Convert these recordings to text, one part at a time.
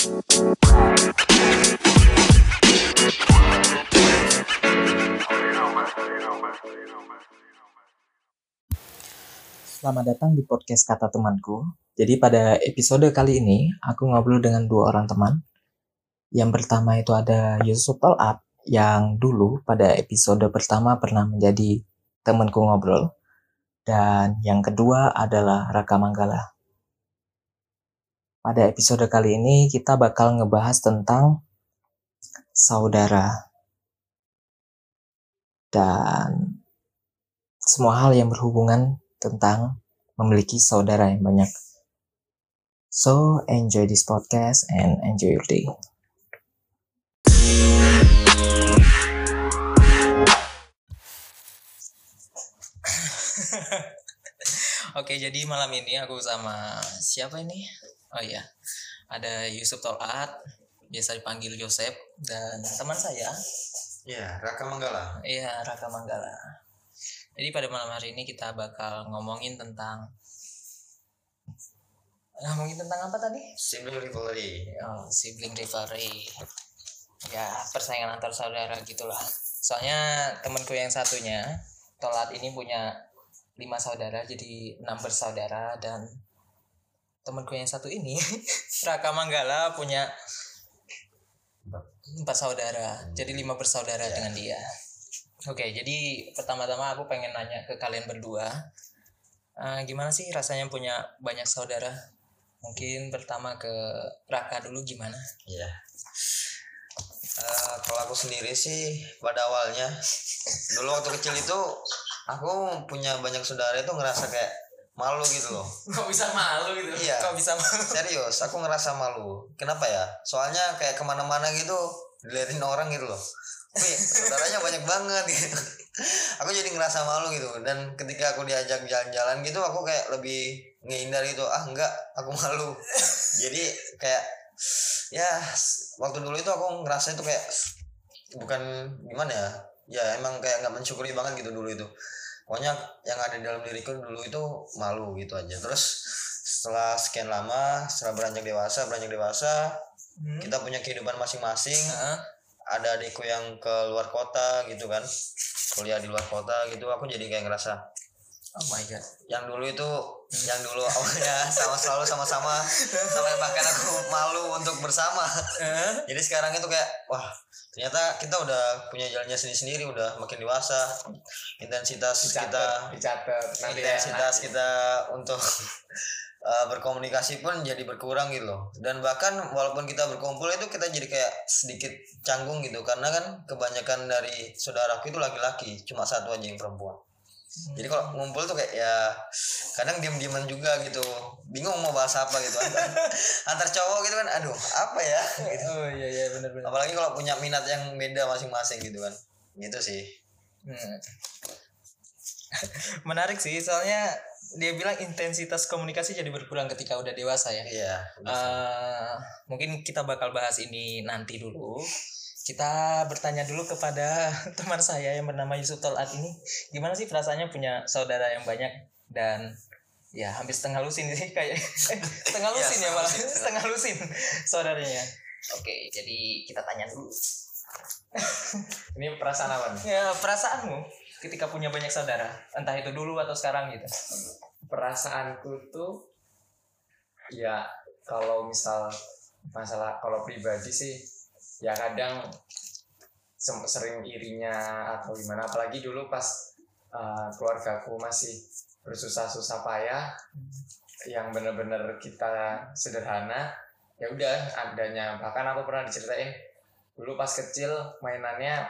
Selamat datang di podcast Kata Temanku. Jadi pada episode kali ini, aku ngobrol dengan dua orang teman. Yang pertama itu ada Yusuf Tolap, yang dulu pada episode pertama pernah menjadi temanku ngobrol. Dan yang kedua adalah Raka Manggala. Pada episode kali ini, kita bakal ngebahas tentang saudara. Dan semua hal yang berhubungan tentang memiliki saudara yang banyak. So, enjoy this podcast and enjoy your day. Oke, jadi malam ini aku sama siapa ini? Oh iya, ada Yusuf Tolat, biasa dipanggil Yosep, dan teman saya. Ya, Raka Manggala. Iya, Raka Manggala. Jadi pada malam hari ini kita bakal ngomongin tentang apa tadi? Sibling rivalry. Oh, sibling rivalry. Ya, persaingan antar saudara gitulah. Soalnya temanku yang satunya, Tolat ini punya 5 saudara, jadi 6 bersaudara. Dan temanku yang satu ini, Raka Manggala, punya 4 saudara, jadi 5 bersaudara dengan dia. Oke, jadi pertama-tama aku pengen nanya ke kalian berdua, gimana sih rasanya punya banyak saudara? Mungkin pertama ke Raka dulu, gimana? Iya. Kalau aku sendiri sih pada awalnya, dulu waktu kecil itu aku punya banyak saudara itu ngerasa kayak malu gitu loh. Kok bisa malu gitu? Iya. Kok bisa malu? Serius, aku ngerasa malu. Kenapa ya? Soalnya kayak kemana-mana gitu diliatin orang gitu loh. Tapi saudaranya banyak banget gitu. Aku jadi ngerasa malu gitu. Dan ketika aku diajak jalan-jalan gitu, aku kayak lebih ngehindar gitu. Enggak, aku malu. Jadi kayak ya waktu dulu itu aku ngerasa itu kayak bukan gimana ya. Ya emang kayak nggak mensyukuri banget gitu dulu itu. Pokoknya yang ada di dalam diriku dulu itu malu gitu aja. Terus setelah sekian lama, setelah beranjak dewasa, kita punya kehidupan masing-masing. Ada adikku yang ke luar kota gitu kan, kuliah di luar kota gitu. Aku jadi kayak ngerasa, oh my god, yang dulu awalnya selalu sama-sama sampai bahkan aku malu untuk bersama. Jadi sekarang itu kayak wah, ternyata kita udah punya jalannya sendiri-sendiri, udah makin dewasa. Intensitas kita untuk berkomunikasi pun jadi berkurang gitu loh. Dan bahkan walaupun kita berkumpul itu kita jadi kayak sedikit canggung gitu, karena kan kebanyakan dari saudaraku itu laki-laki, cuma satu aja yang perempuan. Jadi kalau ngumpul tuh kayak ya kadang diem-dieman juga gitu, bingung mau bahas apa gitu. Antar cowok gitu kan, aduh apa ya gitu. Oh iya benar-benar. Apalagi kalau punya minat yang beda masing-masing gitu kan, gitu sih. Menarik sih, soalnya dia bilang intensitas komunikasi jadi berkurang ketika udah dewasa ya. Iya. Mungkin kita bakal bahas ini nanti dulu. Kita bertanya dulu kepada teman saya yang bernama Yusuf Tolat ini, gimana sih perasaannya punya saudara yang banyak. Dan ya hampir setengah lusin sih kayak setengah lusin ya malah setengah lusin saudaranya. Oke, jadi kita tanya dulu. Ini perasaan apa nih? Ya, perasaanmu ketika punya banyak saudara, entah itu dulu atau sekarang gitu. Perasaanku tuh ya kalau misal masalah kalau pribadi sih ya kadang sering irinya atau gimana, apalagi dulu pas keluargaku masih bersusah-susah payah, yang benar-benar kita sederhana, ya udah adanya. Bahkan aku pernah diceritain dulu pas kecil mainannya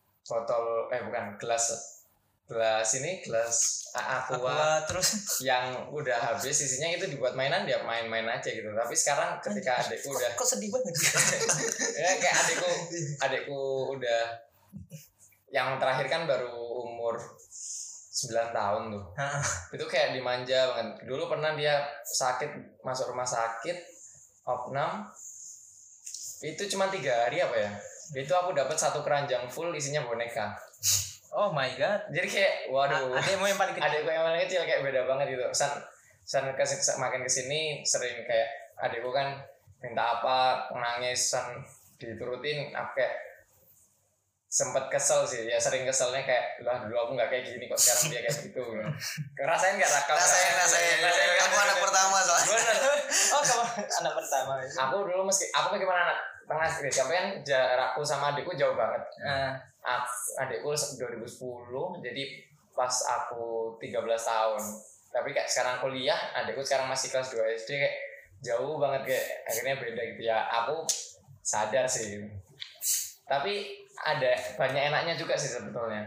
gelas aqua terus yang udah habis isinya itu dibuat mainan, dia main-main aja gitu. Tapi sekarang ketika adikku udah kok sedih banget ya kayak adikku udah yang terakhir kan baru umur 9 tahun tuh. Itu kayak dimanja banget. Dulu pernah dia sakit, masuk rumah sakit opnam, itu cuma 3 hari apa ya, itu aku dapat 1 keranjang full isinya boneka. Oh my god. Jadi kayak waduh, adekmu yang paling kecil. Adekku yang paling kecil kayak beda banget gitu. Makin kesini sering kayak adekku kan minta apa nangisan diturutin, aku kayak sempet kesel sih ya, sering keselnya kayak lah dulu aku nggak kayak gini kok sekarang dia kayak gitu. Ngerasain nggak Raka? Rasain. Aku anak pertama soalnya. Oh kamu anak pertama. Aku dulu aku bagaimana anak tengah sih, tapi kan jarakku sama adikku jauh banget. Adikku 2010, jadi pas aku 13 tahun. Tapi kayak sekarang kuliah, adikku sekarang masih kelas 2 SD, kayak jauh banget, kayak akhirnya beda gitu ya. Aku sadar sih. Tapi ada banyak enaknya juga sih sebetulnya.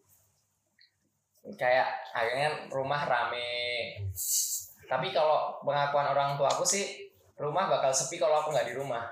Kayak akhirnya rumah rame. Tapi kalau pengakuan orang tua aku sih, rumah bakal sepi kalau aku nggak di rumah.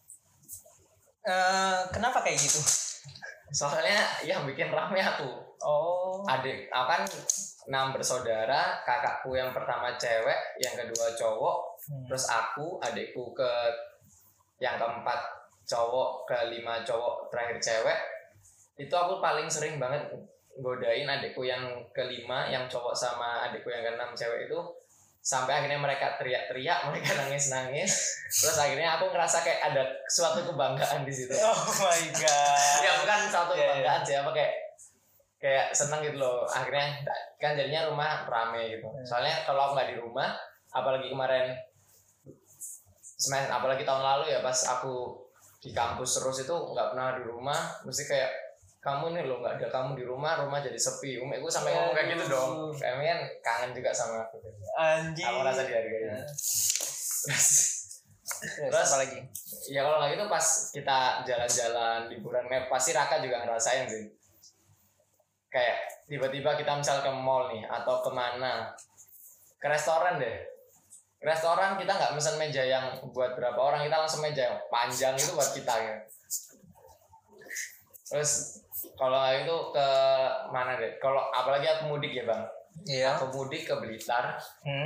Kenapa kayak gitu? Soalnya yang bikin rame aku. Oh. Aku kan 6 bersaudara, kakakku yang pertama cewek, yang kedua cowok, terus aku, adikku yang keempat cowok, ke-5 cowok, terakhir cewek. Itu aku paling sering banget godain adikku yang ke-5, yang cowok, sama adikku yang ke-6 cewek itu, sampai akhirnya mereka teriak-teriak, mereka nangis-nangis. Terus akhirnya aku ngerasa kayak ada suatu kebanggaan di situ. Oh my god. Ya bukan suatu kebanggaan sih, apa kayak seneng gitu loh. Akhirnya kan jadinya rumah rame gitu. Soalnya kalau aku nggak di rumah, apalagi kemarin apalagi tahun lalu ya, pas aku di kampus terus itu nggak pernah di rumah, mesti kayak kamu nih loh nggak ada kamu di rumah jadi sepi. Gue sampai ngomong kayak gitu dong. Kami kan kangen juga sama aku. Anjing. Aku rasa dihargai. Terus apa lagi? Ya kalau nggak gitu pas kita jalan-jalan liburan, pasti Raka juga ngerasain sih. Kayak tiba-tiba kita misal ke mall nih atau kemana, ke restoran deh. Restoran kita nggak pesan meja yang buat berapa orang, kita langsung meja yang panjang itu buat kita ya. Terus kalau itu ke mana deh? Kalau apalagi aku mudik ya bang. Iya. Aku mudik ke Blitar.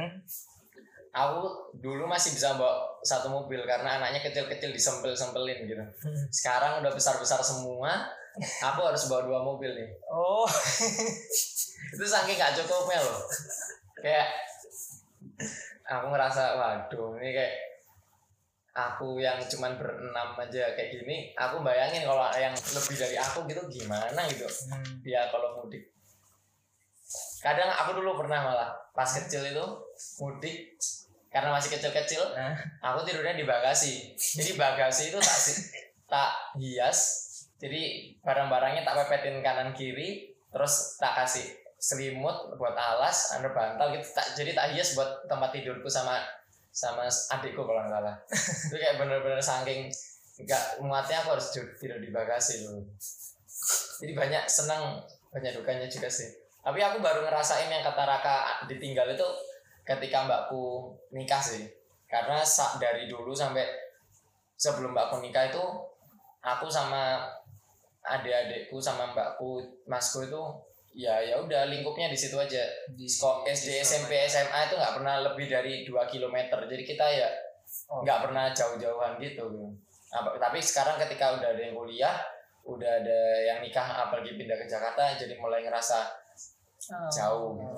Aku dulu masih bisa bawa satu mobil karena anaknya kecil-kecil disempel-sempelin gitu. Sekarang udah besar-besar semua, aku harus bawa 2 mobil nih. Oh. Itu saking gak cukupnya loh. Kayak aku ngerasa waduh ini kayak aku yang cuman berenam aja kayak gini, aku bayangin kalau yang lebih dari aku gitu gimana gitu. Dia kalau mudik. Kadang aku dulu pernah malah pas kecil itu mudik karena masih kecil-kecil, aku tidurnya di bagasi. Jadi bagasi itu tak hias. Jadi barang-barangnya tak pepetin kanan kiri, terus tak kasih selimut buat alas, under bantal gitu. Jadi tak hias buat tempat tidurku sama adikku kalau nggak salah. Itu kayak bener-bener saking nggak muatnya aku harus tidur di bagasi dulu. Jadi banyak senang, banyak dukanya juga sih. Tapi aku baru ngerasain yang kata Raka ditinggal itu ketika mbakku nikah sih. Karena dari dulu sampai sebelum mbakku nikah itu aku sama adik-adikku sama mbakku, masku itu ya udah lingkupnya di situ aja. Di SD, SMP, SMA itu nggak pernah lebih dari 2 kilometer. Jadi kita ya nggak pernah jauh-jauhan gitu. Tapi sekarang ketika udah ada yang kuliah, udah ada yang nikah, apalagi pindah ke Jakarta, jadi mulai ngerasa jauh gitu.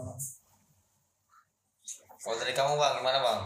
Kalau dari kamu bang, gimana bang?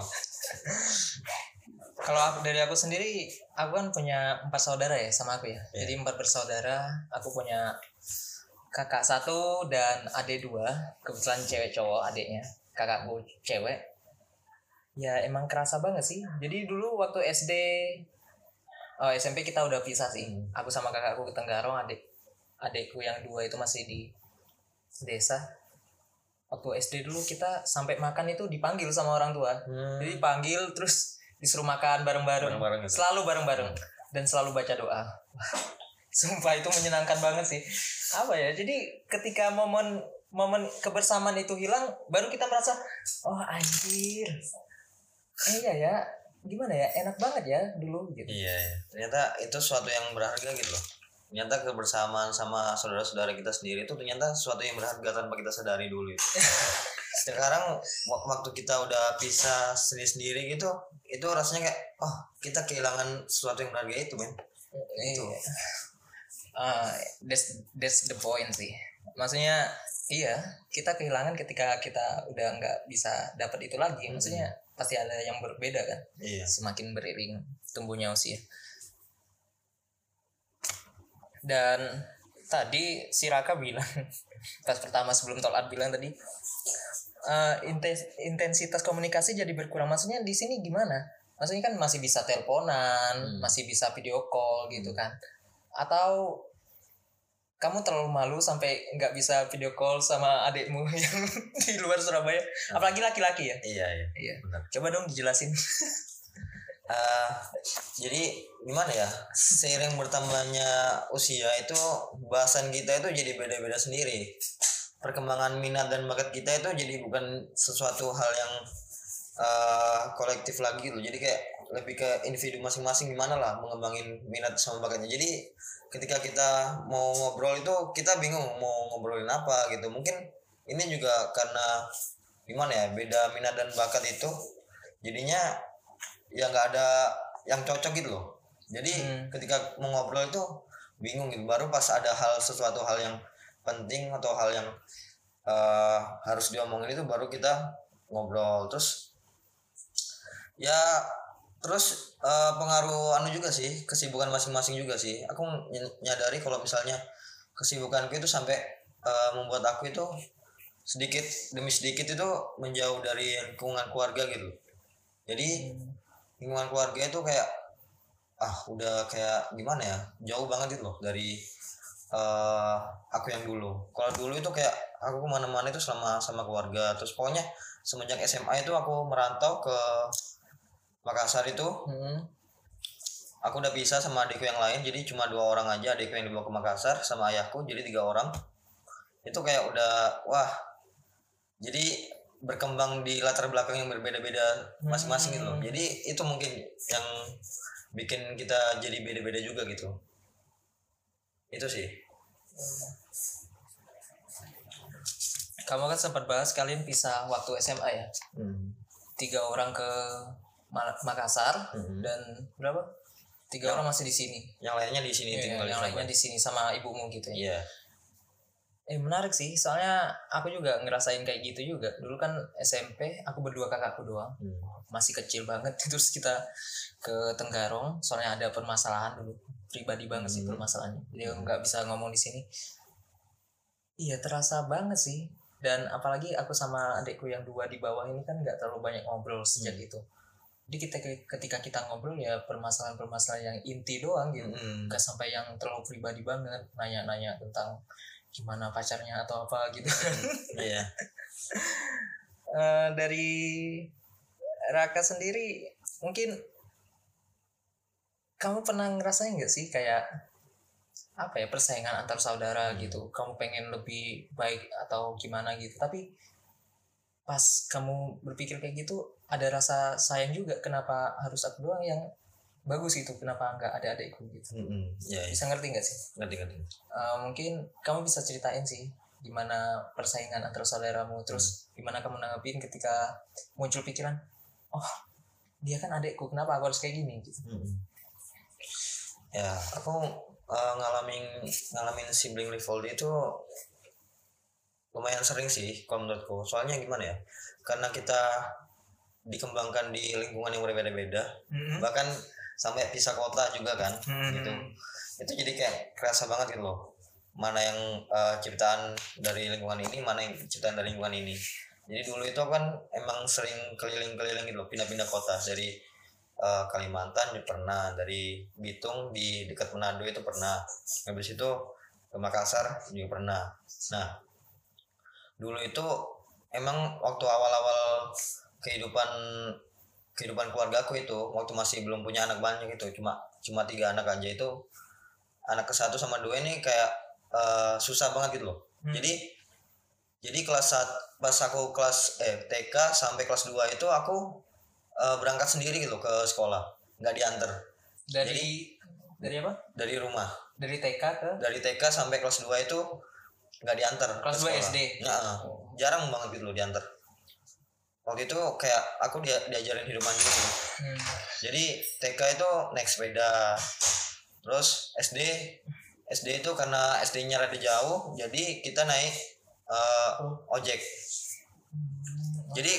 Kalau dari aku sendiri, aku kan punya 4 saudara ya sama aku ya. Jadi 4 bersaudara, aku punya kakak 1 dan adik 2. Kebetulan cewek cowok adiknya, kakakku cewek. Ya emang kerasa banget sih. Jadi dulu waktu SD, SMP kita udah pisah sih. Aku sama kakakku ke Tenggarong, adikku yang 2 itu masih di desa. Waktu SD dulu kita sampai makan itu dipanggil sama orang tua. Jadi panggil terus disuruh makan bareng-bareng gitu. Selalu bareng-bareng dan selalu baca doa. Sumpah itu menyenangkan banget sih. Apa ya? Jadi ketika momen kebersamaan itu hilang, baru kita merasa oh anjir. Iya ya. Gimana ya? Enak banget ya dulu gitu. Iya. Ternyata itu sesuatu yang berharga gitu loh. Ternyata kebersamaan sama saudara-saudara kita sendiri itu ternyata sesuatu yang berharga tanpa kita sadari dulu. Sekarang waktu kita udah pisah sendiri-sendiri gitu, itu rasanya kayak kita kehilangan sesuatu yang berharga itu, men. Itu. That's the point sih. Maksudnya iya, kita kehilangan ketika kita udah nggak bisa dapat itu lagi. Maksudnya pasti ada yang berbeda kan. Iya. Semakin beriring tumbuhnya usia. Dan tadi si Raka bilang pas pertama sebelum Tolat bilang tadi intensitas komunikasi jadi berkurang. Maksudnya di sini gimana? Maksudnya kan masih bisa teleponan, masih bisa video call gitu kan? Atau kamu terlalu malu sampai nggak bisa video call sama adikmu yang di luar Surabaya? Apalagi laki-laki ya? Iya. Benar. Coba dong dijelasin. Jadi gimana ya, seiring bertambahnya usia itu bahasan kita itu jadi beda-beda sendiri. Perkembangan minat dan bakat kita itu jadi bukan sesuatu hal yang kolektif lagi loh. Jadi kayak lebih ke individu masing-masing gimana lah mengembangin minat sama bakatnya. Jadi ketika kita mau ngobrol itu kita bingung mau ngobrolin apa gitu. Mungkin ini juga karena gimana ya, beda minat dan bakat itu jadinya ya nggak ada yang cocok gitu loh. Jadi ketika mau ngobrol itu bingung gitu. Baru pas ada sesuatu hal yang penting atau hal yang harus diomongin itu baru kita ngobrol. Terus ya pengaruh juga sih, kesibukan masing-masing juga sih. Aku nyadari kalau misalnya kesibukanku itu sampai membuat aku itu sedikit demi sedikit itu menjauh dari lingkungan keluarga gitu. Jadi lingkungan keluarga itu kayak udah kayak gimana ya, jauh banget gitu loh dari aku yang dulu. Kalau dulu itu kayak aku kemana-mana itu sama keluarga. Terus pokoknya semenjak SMA itu aku merantau ke Makassar itu, aku udah pisah sama adikku yang lain. Jadi cuma 2 orang aja adikku yang dibawa ke Makassar sama ayahku, jadi 3 orang. Itu kayak udah jadi berkembang di latar belakang yang berbeda-beda masing-masing gitu loh. Jadi itu mungkin yang bikin kita jadi beda-beda juga gitu. Itu sih. Kamu kan sempat bahas kalian pisah waktu SMA ya. 3 orang ke Makassar dan berapa? 3 orang masih di sini. Yang lainnya di sini tinggal. Yang lainnya di sini sama ibumu gitu ya. Iya. Menarik sih, soalnya aku juga ngerasain kayak gitu juga. Dulu kan SMP aku berdua kakakku doang, masih kecil banget. Terus kita ke Tenggarong, soalnya ada permasalahan dulu, pribadi banget sih permasalahannya. Jadi nggak bisa ngomong di sini. Iya terasa banget sih. Dan apalagi aku sama adikku yang 2 di bawah ini kan nggak terlalu banyak ngobrol sejak itu. Jadi ketika kita ngobrol ya permasalahan-permasalahan yang inti doang gitu, nggak sampai yang terlalu pribadi banget, nanya-nanya tentang gimana pacarnya atau apa gitu. Iya. Dari Raka sendiri mungkin kamu pernah ngerasain nggak sih kayak apa ya, persaingan antar saudara gitu, kamu pengen lebih baik atau gimana gitu, tapi pas kamu berpikir kayak gitu ada rasa sayang juga, kenapa harus aku doang yang bagus gitu, kenapa nggak ada adikku gitu. Ya. Bisa ngerti nggak sih? Ngerti. Mungkin kamu bisa ceritain sih gimana persaingan antar saudaramu, terus gimana kamu nanggepin ketika muncul pikiran, oh dia kan adikku, kenapa aku harus kayak gini gitu. Ya aku ngalamin sibling rivalry itu lumayan sering sih kalau menurutku. Soalnya gimana ya, karena kita dikembangkan di lingkungan yang berbeda-beda, bahkan sampai pisah kota juga kan, gitu. Itu jadi kayak kerasa banget gitu loh, mana yang ciptaan dari lingkungan ini, mana yang ciptaan dari lingkungan ini. Jadi dulu itu kan emang sering keliling-keliling gitu loh, pindah-pindah kota. Dari Kalimantan pernah, dari Bitung di dekat Manado itu pernah, habis itu ke Makassar juga pernah. Nah dulu itu emang waktu awal-awal kehidupan keluarga aku itu, waktu masih belum punya anak banyak itu, cuma 3 anak aja itu, anak ke-1 sama 2 ini kayak susah banget gitu loh. Jadi pas aku kelas TK sampai kelas 2 itu aku berangkat sendiri gitu ke sekolah, nggak diantar. Dari apa? Dari rumah. Dari TK sampai kelas 2 itu nggak diantar. Kelas 2 SD. Nah, jarang banget gitu loh diantar. Waktu itu kayak aku diajarin hidup mandiri. Jadi TK itu naik sepeda. Terus SD itu karena SD-nya rada jauh, jadi kita naik ojek. Jadi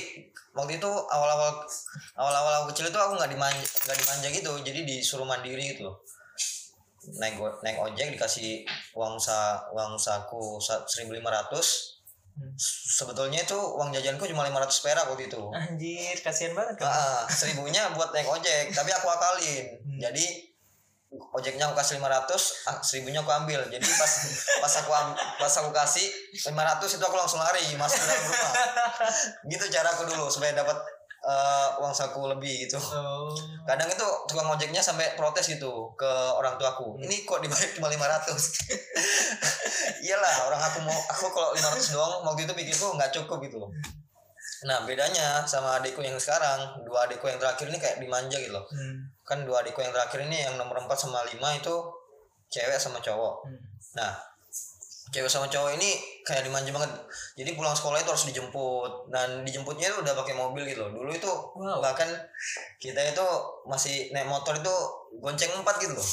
waktu itu awal-awal aku kecil itu aku nggak dimanja gitu, jadi disuruh mandiri gitu loh. Naik ojek dikasih uang saku 1.500. Sebetulnya itu uang jajanku cuma 500 perak waktu itu. Anjir, kasihan banget kan. 1.000-nya buat naik ojek, tapi aku akalin. Jadi ojeknya aku kasih 500, 1.000-nya aku ambil. Jadi pas aku kasih 500 itu aku langsung lari masuk ke dalam rumah. Gitu caraku dulu supaya dapat uang saku lebih gitu. Kadang itu tukang ojeknya sampai protes gitu ke orang tuaku. Ini kok dibayar cuma 500. Iyalah, aku kalau 500 doang waktu itu pikirku nggak cukup gitu loh. Nah, bedanya sama adikku yang sekarang, 2 adikku yang terakhir ini kayak dimanja gitu loh. Kan 2 adikku yang terakhir ini yang nomor 4 sama 5 itu cewek sama cowok. Nah, cewek sama cowok ini kayak dimanja banget. Jadi pulang sekolah itu harus dijemput, dan dijemputnya itu udah pakai mobil gitu loh. Dulu itu bahkan kita itu masih naik motor itu gonceng 4 gitu loh.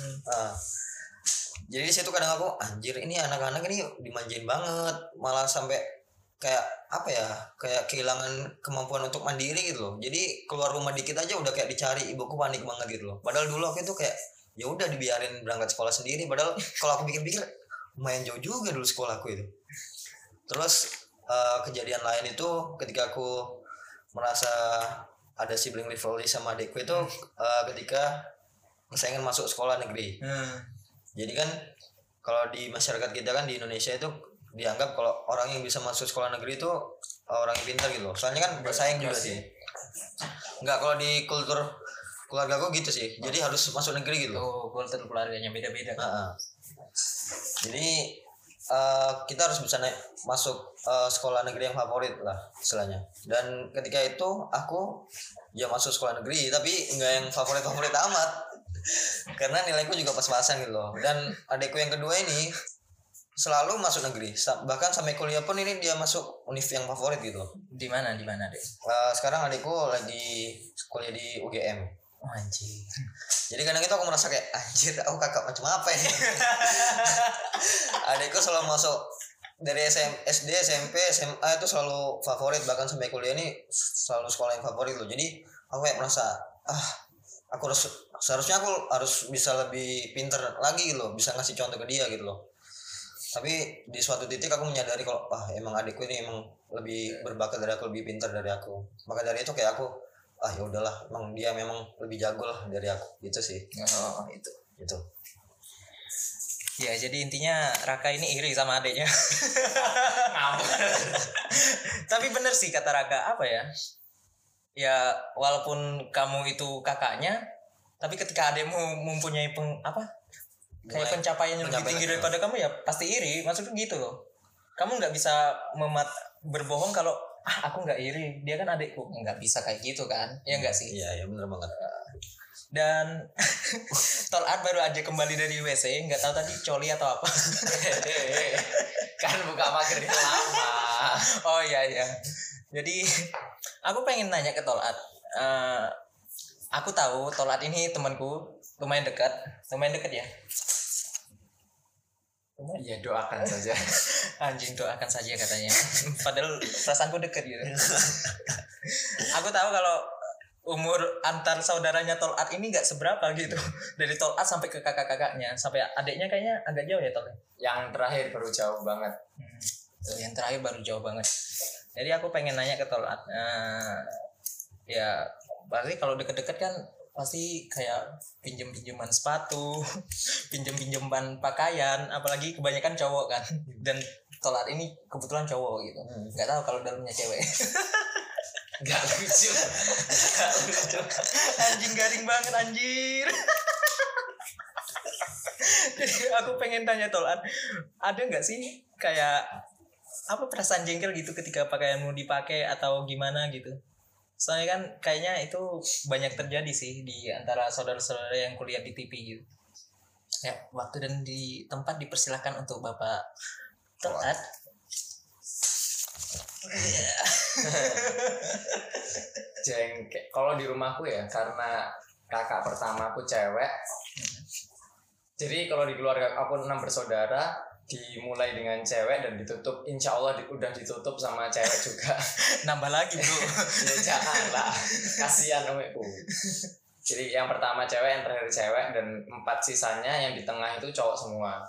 Jadi di situ kadang aku anjir, ini anak-anak ini dimanjain banget, malah sampai kayak apa ya, kayak kehilangan kemampuan untuk mandiri gitu loh. Jadi keluar rumah dikit aja udah kayak dicari, ibuku panik banget gitu loh. Padahal dulu aku itu kayak ya udah dibiarin berangkat sekolah sendiri. Padahal kalau aku pikir-pikir lumayan jauh juga dulu sekolahku itu. Terus kejadian lain itu ketika aku merasa ada sibling rivalry sama adikku itu ketika saya ingin masuk sekolah negeri. Jadi kan kalau di masyarakat kita kan di Indonesia itu dianggap kalau orang yang bisa masuk sekolah negeri itu orang yang pintar gitu loh. Soalnya kan bersaing juga sih. Enggak, kalau di kultur keluarga gue gitu sih. Jadi harus masuk negeri gitu. Kultur keluarganya beda-beda kan. Jadi kita harus bisa masuk sekolah negeri yang favorit lah istilahnya. Dan ketika itu aku ya masuk sekolah negeri, tapi enggak yang favorit amat. Karena nilaiku juga pas-pasan gitu loh. Dan adikku yang kedua ini selalu masuk negeri, bahkan sampai kuliah pun ini dia masuk univ yang favorit gitu. Di mana deh? Sekarang adikku lagi kuliah di UGM. Anjir. Jadi kadang itu aku merasa kayak anjir, aku kakak macam apa ini. Adikku selalu masuk dari SD, SMP, SMA itu selalu favorit, bahkan sampai kuliah ini selalu sekolah yang favorit loh. Jadi aku kayak merasa seharusnya aku harus bisa lebih pinter lagi loh, bisa ngasih contoh ke dia gitu loh. Tapi di suatu titik aku menyadari kalau emang adikku ini emang lebih berbakat dari aku, lebih pintar dari aku. Maka dari itu kayak aku ya udahlah, emang dia memang lebih jago lah dari aku gitu sih. Itu. Ya, jadi intinya Raka ini iri sama adiknya. Tapi bener sih kata Raka, apa ya? Ya walaupun kamu itu kakaknya, tapi ketika adikmu mempunyai kayak pencapaian yang lebih tinggi daripada kamu, ya pasti iri. Maksudnya gitu loh. Kamu nggak bisa berbohong kalau aku nggak iri, dia kan adikku. Nggak bisa kayak gitu kan? Ya nggak sih? Iya benar banget. Dan Tol'at baru aja kembali dari WC, nggak tahu tadi coli atau apa. Kan buka mager lama. Oh iya. Jadi aku pengen nanya ke Tol'at. Aku tahu Tol'at ini temanku lumayan dekat ya. Ya doakan saja. Anjing, doakan saja katanya. Padahal perasaanku dekat gitu. Aku tahu kalau umur antar saudaranya Tol'at ini nggak seberapa gitu. Dari Tol'at sampai ke kakak-kakaknya, sampai adiknya kayaknya agak jauh ya Tol'at. Yang terakhir baru jauh banget. Yang terakhir baru jauh banget. Jadi aku pengen nanya ke Tol'at. Ya berarti kalau deket-deket kan pasti kayak pinjem-pinjeman sepatu, pinjem-pinjeman pakaian, apalagi kebanyakan cowok kan. Dan Tol'at ini kebetulan cowok gitu. Nggak tahu kalau dalamnya cewek. Gak lucu. Anjing, garing banget anjir. Jadi aku pengen tanya Tol'at, ada nggak sih kayak perasaan jengkel gitu ketika pakaianmu dipakai atau gimana gitu? Soalnya kan kayaknya itu banyak terjadi sih di antara saudara-saudara yang kuliah di TV gitu. Ya, waktu dan di tempat dipersilahkan untuk Bapak Tol'at. Jengkel. Kalau di rumahku ya, karena kakak pertama aku cewek. Jadi kalau di keluarga aku 6 bersaudara, dimulai dengan cewek dan ditutup insya Allah udah ditutup sama cewek juga. Nambah lagi bro. Ya jangan lah, kasihan omekku. Jadi yang pertama cewek, yang terakhir cewek, dan 4 sisanya yang di tengah itu cowok semua.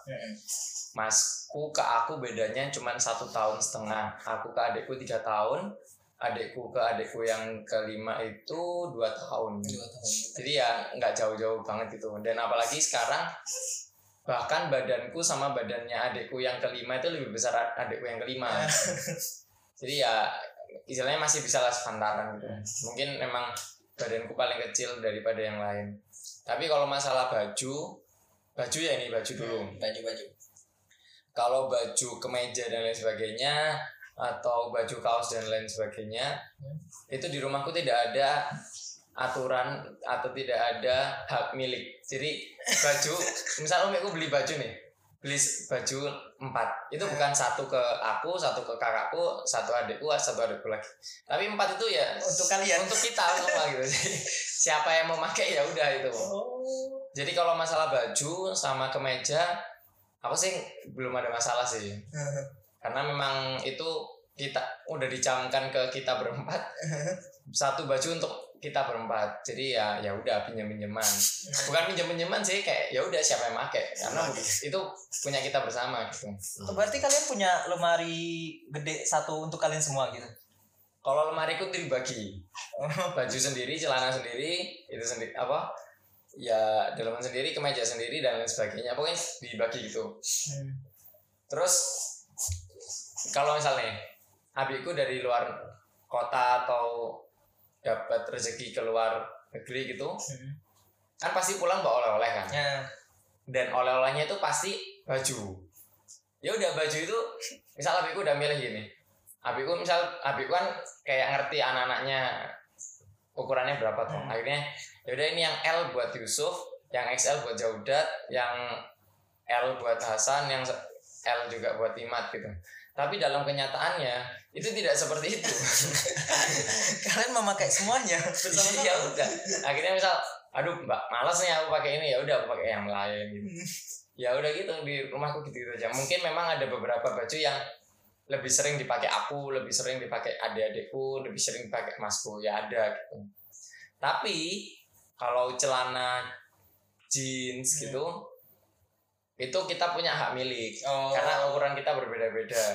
Masku ke aku bedanya cuma 1,5 tahun. Aku ke adikku 3 tahun. Adikku ke adikku yang kelima itu 2 tahun. Jadi ya nggak jauh-jauh banget gitu. Dan apalagi sekarang bahkan badanku sama badannya adikku yang kelima itu lebih besar adikku yang kelima. Jadi ya istilahnya masih bisa lah sepantaran gitu. Mungkin memang badanku paling kecil daripada yang lain. Tapi kalau masalah baju ya ini baju dulu. Baju. Kalau baju kemeja dan lain sebagainya atau baju kaos dan lain sebagainya, itu di rumahku tidak ada aturan atau tidak ada hak milik. Jadi baju, misal omikku beli baju nih, beli baju 4, itu bukan 1 ke aku, 1 ke kakakku, 1 adikku, 1 adikku lagi. Tapi 4 itu ya untuk kalian, untuk kita semua gitu. Jadi, siapa yang mau pakai ya udah itu. Jadi kalau masalah baju sama kemeja, aku sih belum ada masalah sih. Karena memang itu kita udah dicamkan ke kita berempat, 1 baju untuk kita berempat. Jadi ya udah pinjam-pinjaman. Bukan pinjam-pinjaman sih, kayak ya udah siapa yang pakai. Karena itu punya kita bersama gitu. Berarti kalian punya lemari gede 1 untuk kalian semua gitu. Kalau lemari itu dibagi. Baju sendiri, celana sendiri, itu sendiri apa? Ya dalaman sendiri, kemeja sendiri dan lain sebagainya. Pokoknya dibagi gitu. Terus kalau misalnya adikku dari luar kota atau dapat rezeki keluar negeri gitu, kan pasti pulang bawa oleh-oleh kan. Dan oleh-olehnya itu pasti baju. Ya udah baju itu, misal adikku udah milih gini. Adikku kan kayak ngerti anak-anaknya ukurannya berapa tuh. Akhirnya ya udah ini yang L buat Yusuf, yang XL buat Jaudat, yang L buat Hasan, yang L juga buat Imat gitu. Tapi dalam kenyataannya itu tidak seperti itu. Kalian memakai semuanya bersama-sama. Ya udah. Akhirnya misal, aduh mbak, malas nih aku pakai ini, ya udah aku pakai yang lain gitu. Ya udah gitu di rumahku gitu aja. Mungkin memang ada beberapa baju yang lebih sering dipakai aku, lebih sering dipakai adik-adikku, lebih sering dipakai masku, ya ada gitu. Tapi kalau celana jeans gitu, itu kita punya hak milik. Karena ukuran kita berbeda-beda.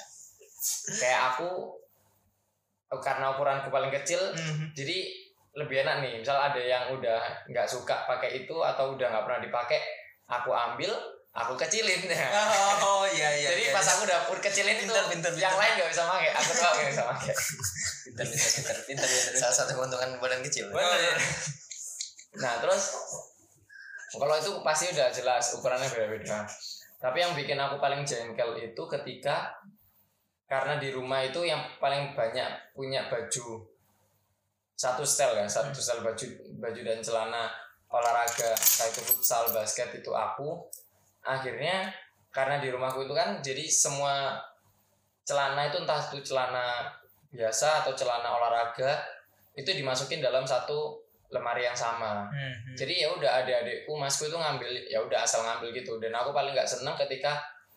Kayak aku, karena ukuranku paling kecil, jadi lebih enak nih. Misal ada yang udah nggak suka pakai itu atau udah nggak pernah dipakai, aku ambil, aku kecilin. Iya. Jadi pas aku udah kecilin pinter. Yang lain nggak bisa pakai, aku doang yang bisa pakai. Pinter. Salah satu keuntungan badan kecil. Bener. Nah terus kalau itu pasti udah jelas ukurannya beda-beda. Tapi yang bikin aku paling jengkel itu ketika, karena di rumah itu yang paling banyak punya baju satu style baju dan celana olahraga, kayak itu futsal, basket itu aku. Akhirnya karena di rumahku itu kan jadi semua celana itu entah itu celana biasa atau celana olahraga itu dimasukin dalam satu lemari yang sama. Jadi ya udah adik-adikku, masku itu ngambil, ya udah asal ngambil gitu. Dan aku paling nggak seneng ketika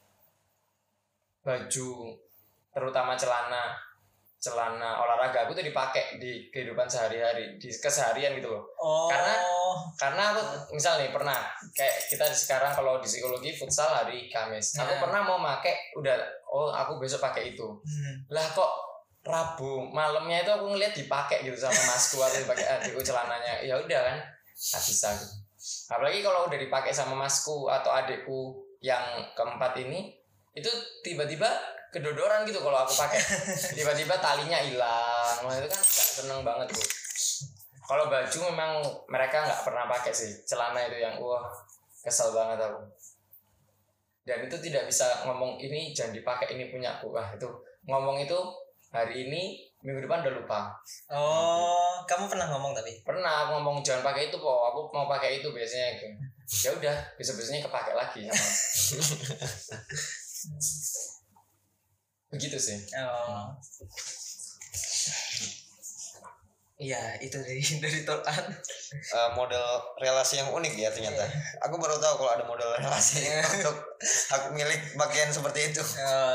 baju, terutama celana olahraga aku tuh dipakai di kehidupan sehari-hari, di keseharian gitu loh. Karena aku misal nih pernah kayak kita sekarang kalau di psikologi futsal hari Kamis, aku pernah mau pakai aku besok pakai itu. Lah kok Rabu malamnya itu aku ngeliat dipakai gitu sama masku atau dipakai adikku celananya, ya udah kan nggak bisa gitu. Apalagi kalau udah dipakai sama masku atau adikku yang keempat ini, itu tiba-tiba kedodoran gitu kalau aku pakai, tiba-tiba talinya hilang. Nah, itu kan nggak seneng banget tuh. Kalau baju memang mereka nggak pernah pakai sih, celana itu yang kesel banget aku. Dan itu tidak bisa ngomong ini jangan dipakai, ini punya aku. Itu ngomong itu hari ini, minggu depan udah lupa. Kamu pernah ngomong tapi? Pernah aku ngomong jangan pakai itu po, aku mau pakai itu biasanya gitu. Ya udah, besok-besoknya kepake lagi sama. Begitu sih. Iya, itu dari Tolan. Model relasi yang unik ya ternyata. Aku baru tahu kalau ada model relasi untuk hak milik bagian seperti itu.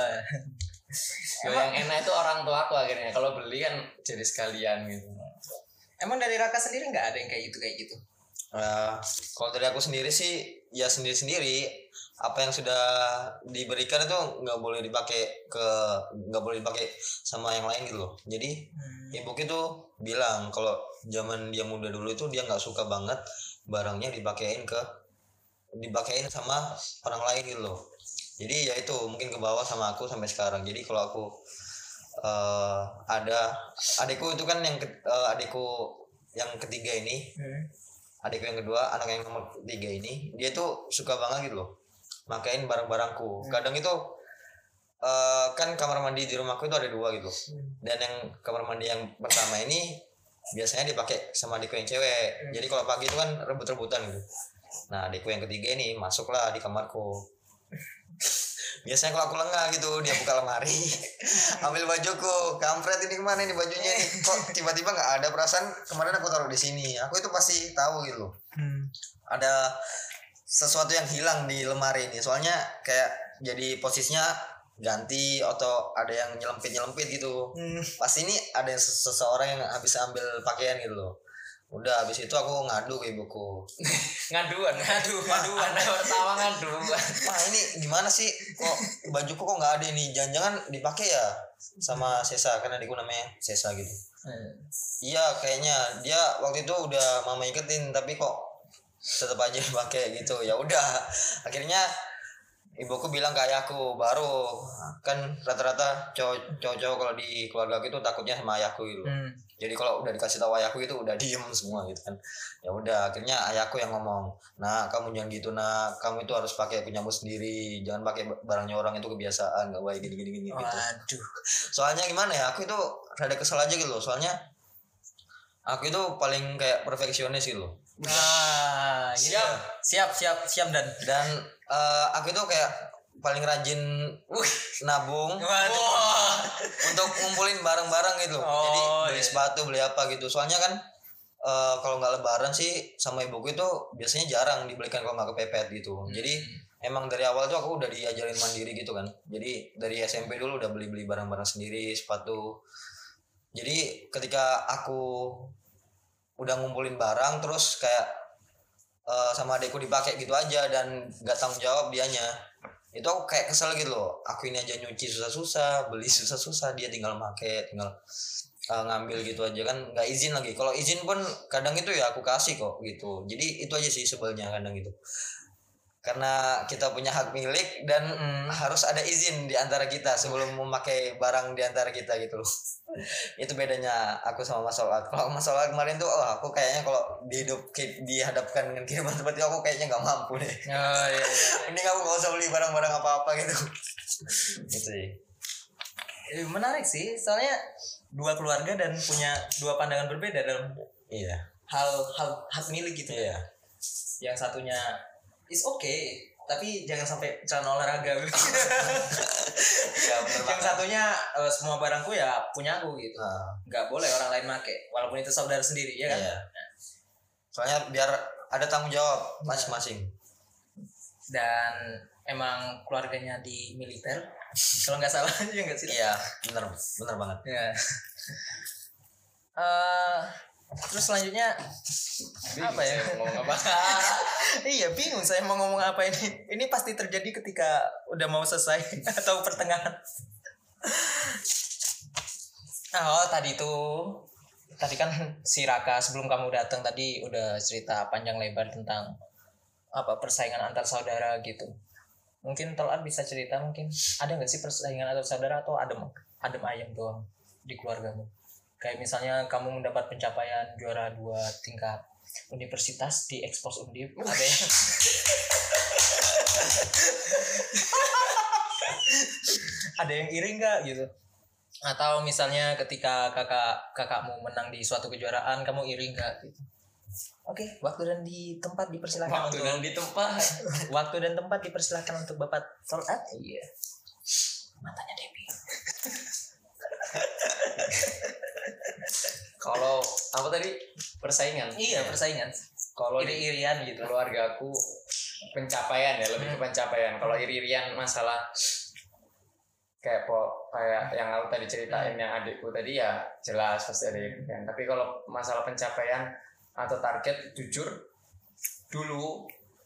Yang enak itu orang tua aku akhirnya. Kalau beli kan jadi sekalian gitu. Emang dari Raka sendiri nggak ada yang kayak gitu? Kalau dari aku sendiri sih ya sendiri-sendiri. Apa yang sudah diberikan itu nggak boleh dipakai sama yang lain gitu loh. Jadi ibuku tuh bilang kalau zaman dia muda dulu itu dia nggak suka banget barangnya dipakein sama orang lain gitu loh. Jadi ya itu mungkin ke bawah sama aku sampai sekarang. Jadi kalau aku ada adikku itu kan adikku yang ketiga ini, adikku yang kedua, anak yang nomor 3 ini, dia tuh suka banget gitu loh makain barang-barangku. Kadang itu kan kamar mandi di rumahku itu ada 2 gitu. Dan yang kamar mandi yang pertama ini biasanya dipakai sama adikku yang cewek. Jadi kalau pagi itu kan rebut-rebutan gitu. Nah, adikku yang ketiga ini masuklah di kamarku. Biasanya kalau aku lengah gitu, dia buka lemari, ambil bajuku, kampret ini kemana nih bajunya nih? Kok tiba-tiba nggak ada, perasaan kemarin aku taruh di sini. Aku itu pasti tahu gitu. Ada sesuatu yang hilang di lemari ini. Soalnya kayak jadi posisinya ganti atau ada yang nyelempit gitu. Pasti ini ada seseorang yang habis ambil pakaian gitu loh. Udah habis itu aku ngadu ke ibuku. Ngaduan. Anda pertama ngaduan. Wah, ini gimana sih? Kok bajuku kok nggak ada ini? Jangan-jangan dipakai ya sama Sesa, karena adikku namanya Sesa gitu. Iya, kayaknya dia waktu itu udah mama iketin tapi kok tetap aja dipakai gitu. Ya udah, akhirnya ibuku bilang ke ayahku, baru kan rata-rata cowok-cowok kalau di keluarga aku itu takutnya sama ayahku gitu. Jadi kalau udah dikasih tahu ayahku itu udah diem semua gitu kan. Ya udah, akhirnya ayahku yang ngomong, "Nah, kamu jangan gitu, nak. Kamu itu harus pakai penyapu sendiri. Jangan pakai barangnya orang, itu kebiasaan, enggak baik gini gitu." Waduh. Soalnya gimana ya? Aku itu rada kesel aja gitu loh. Soalnya aku itu paling kayak perfeksionis gitu loh. Nah, siap dan aku itu kayak paling rajin nabung untuk ngumpulin barang-barang gitu. Jadi beli sepatu, beli apa gitu. Soalnya kan kalau nggak lebaran sih sama ibuku itu biasanya jarang dibelikan kalau nggak kepepet gitu. Jadi emang dari awal tuh aku udah diajarin mandiri gitu kan. Jadi dari SMP dulu udah beli barang-barang sendiri, sepatu. Jadi ketika aku udah ngumpulin barang terus kayak sama adekku dipakai gitu aja dan nggak tanggung jawab dianya, itu aku kayak kesel gitu loh. Aku ini aja nyuci susah-susah, beli susah-susah, dia tinggal tinggal ngambil gitu aja kan, nggak izin lagi. Kalau izin pun kadang itu ya aku kasih kok gitu. Jadi itu aja sih sebelnya kadang gitu, karena kita punya hak milik dan harus ada izin di antara kita sebelum memakai barang di antara kita gitu loh. Itu bedanya aku sama Mas Solat. Kalau Mas Solat kemarin tuh aku kayaknya kalau dihadapkan dengan kehidupan seperti aku kayaknya nggak mampu deh. iya. Ini aku nggak usah beli barang-barang apa-apa gitu. Gitu sih. Menarik sih, soalnya 2 keluarga dan punya 2 pandangan berbeda dalam hal hak milik gitu. Iya. Yang satunya is okay, tapi jangan sampai celana olahraga. Ya, yang satunya semua barangku ya punya aku gitu. Nggak boleh orang lain make, walaupun itu saudara sendiri ya kan. Iya. Soalnya biar ada tanggung jawab masing-masing. Dan emang keluarganya di militer, kalau nggak salah ya nggak sih? Iya, benar banget. Ya. Terus selanjutnya apa ya? Ngomong apa? Iya, bingung saya mau ngomong apa ini. Ini pasti terjadi ketika udah mau selesai atau pertengahan. Tadi kan si Raka sebelum kamu datang tadi udah cerita panjang lebar tentang apa persaingan antar saudara gitu. Mungkin Tolat bisa cerita, mungkin ada nggak sih persaingan antar saudara atau adem ayem doang di keluargamu? Kayak misalnya kamu mendapat pencapaian juara 2 tingkat universitas di Expos Undip, ada yang ada yang iri nggak gitu? Atau misalnya ketika kakakmu menang di suatu kejuaraan, kamu iri nggak gitu? Oke, waktu dan di tempat dipersilakan waktu dan tempat dipersilakan untuk Bapak Tolat. Iya. Matanya Debbie. Kalau apa tadi persaingan? Iya, persaingan. Kalau Iri-irian gitu. Keluarga aku pencapaian ya, lebih ke pencapaian. Kalau iri-irian masalah kayak yang aku tadi ceritain yang adikku tadi ya jelas pasti ada irian. Tapi kalau masalah pencapaian atau target, jujur dulu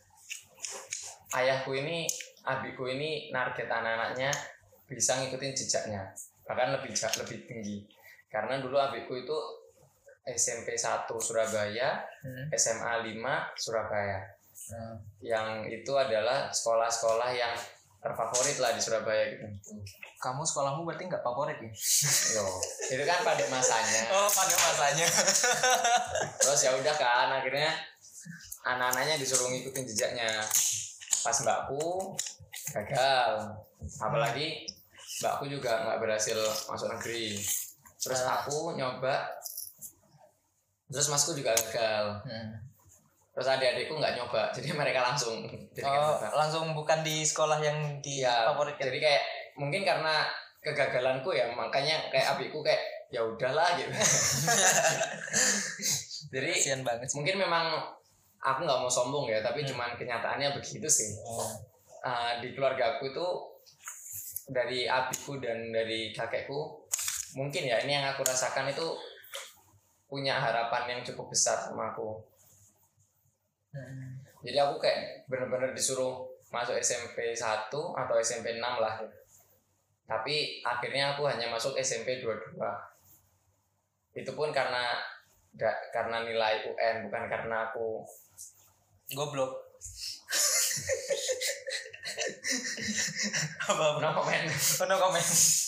adikku ini target anak-anaknya bisa ngikutin jejaknya, bahkan lebih tinggi. Karena dulu adikku itu SMP 1 Surabaya, SMA 5 Surabaya. Yang itu adalah sekolah-sekolah yang terfavorit lah di Surabaya gitu. Kamu sekolahmu berarti nggak favorit ya? Yo, itu kan pada masanya. Oh, pada masanya. Terus ya udah kan, akhirnya anak-anaknya disuruh ngikutin jejaknya. Pas mbakku gagal, apalagi mbakku juga nggak berhasil masuk negeri. Terus aku nyoba, terus masku juga gagal. Terus adik-adikku nggak nyoba, jadi mereka langsung. Langsung bukan di sekolah yang difavoritkan. Jadi kayak mungkin karena kegagalanku ya, makanya kayak adikku kayak ya udahlah gitu. Jadi kasian banget sih. Mungkin memang aku nggak mau sombong ya, tapi cuman kenyataannya begitu sih. Di keluarga aku itu dari adikku dan dari kakekku, mungkin ya ini yang aku rasakan itu punya harapan yang cukup besar sama aku. Jadi aku kayak bener-bener disuruh masuk SMP 1 atau SMP 6 lah. Tapi akhirnya aku hanya masuk SMP 22. Itu pun karena nilai UN, bukan karena aku goblok. No comment.